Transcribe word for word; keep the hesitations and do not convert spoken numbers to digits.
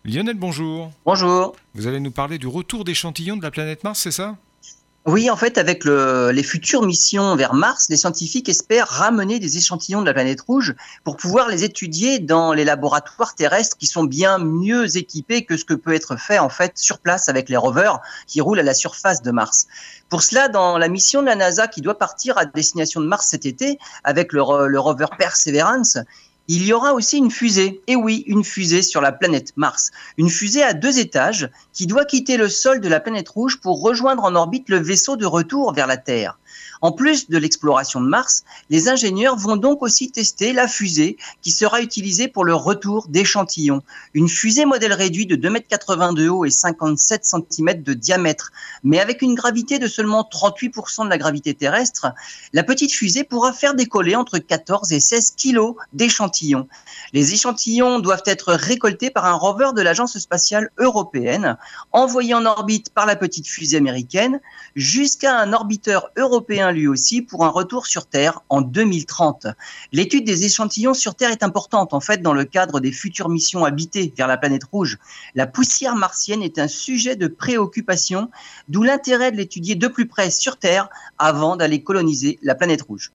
Lionel, bonjour. Bonjour. Vous allez nous parler du retour d'échantillons de la planète Mars, c'est ça? Oui, en fait, avec le, les futures missions vers Mars, les scientifiques espèrent ramener des échantillons de la planète rouge pour pouvoir les étudier dans les laboratoires terrestres qui sont bien mieux équipés que ce que peut être fait en fait sur place avec les rovers qui roulent à la surface de Mars. Pour cela, dans la mission de la NASA qui doit partir à destination de Mars cet été avec le, le rover Perseverance, il y aura aussi une fusée, et oui, une fusée sur la planète Mars. Une fusée à deux étages qui doit quitter le sol de la planète rouge pour rejoindre en orbite le vaisseau de retour vers la Terre. En plus de l'exploration de Mars, les ingénieurs vont donc aussi tester la fusée qui sera utilisée pour le retour d'échantillons. Une fusée modèle réduit de deux mètres quatre-vingts de haut et cinquante-sept centimètres de diamètre, mais avec une gravité de seulement trente-huit pour cent de la gravité terrestre, la petite fusée pourra faire décoller entre quatorze et seize kilos d'échantillons. Les échantillons doivent être récoltés par un rover de l'Agence spatiale européenne, envoyé en orbite par la petite fusée américaine, jusqu'à un orbiteur européen lui aussi pour un retour sur Terre en deux mille trente. L'étude des échantillons sur Terre est importante en fait dans le cadre des futures missions habitées vers la planète rouge. La poussière martienne est un sujet de préoccupation, d'où l'intérêt de l'étudier de plus près sur Terre avant d'aller coloniser la planète rouge.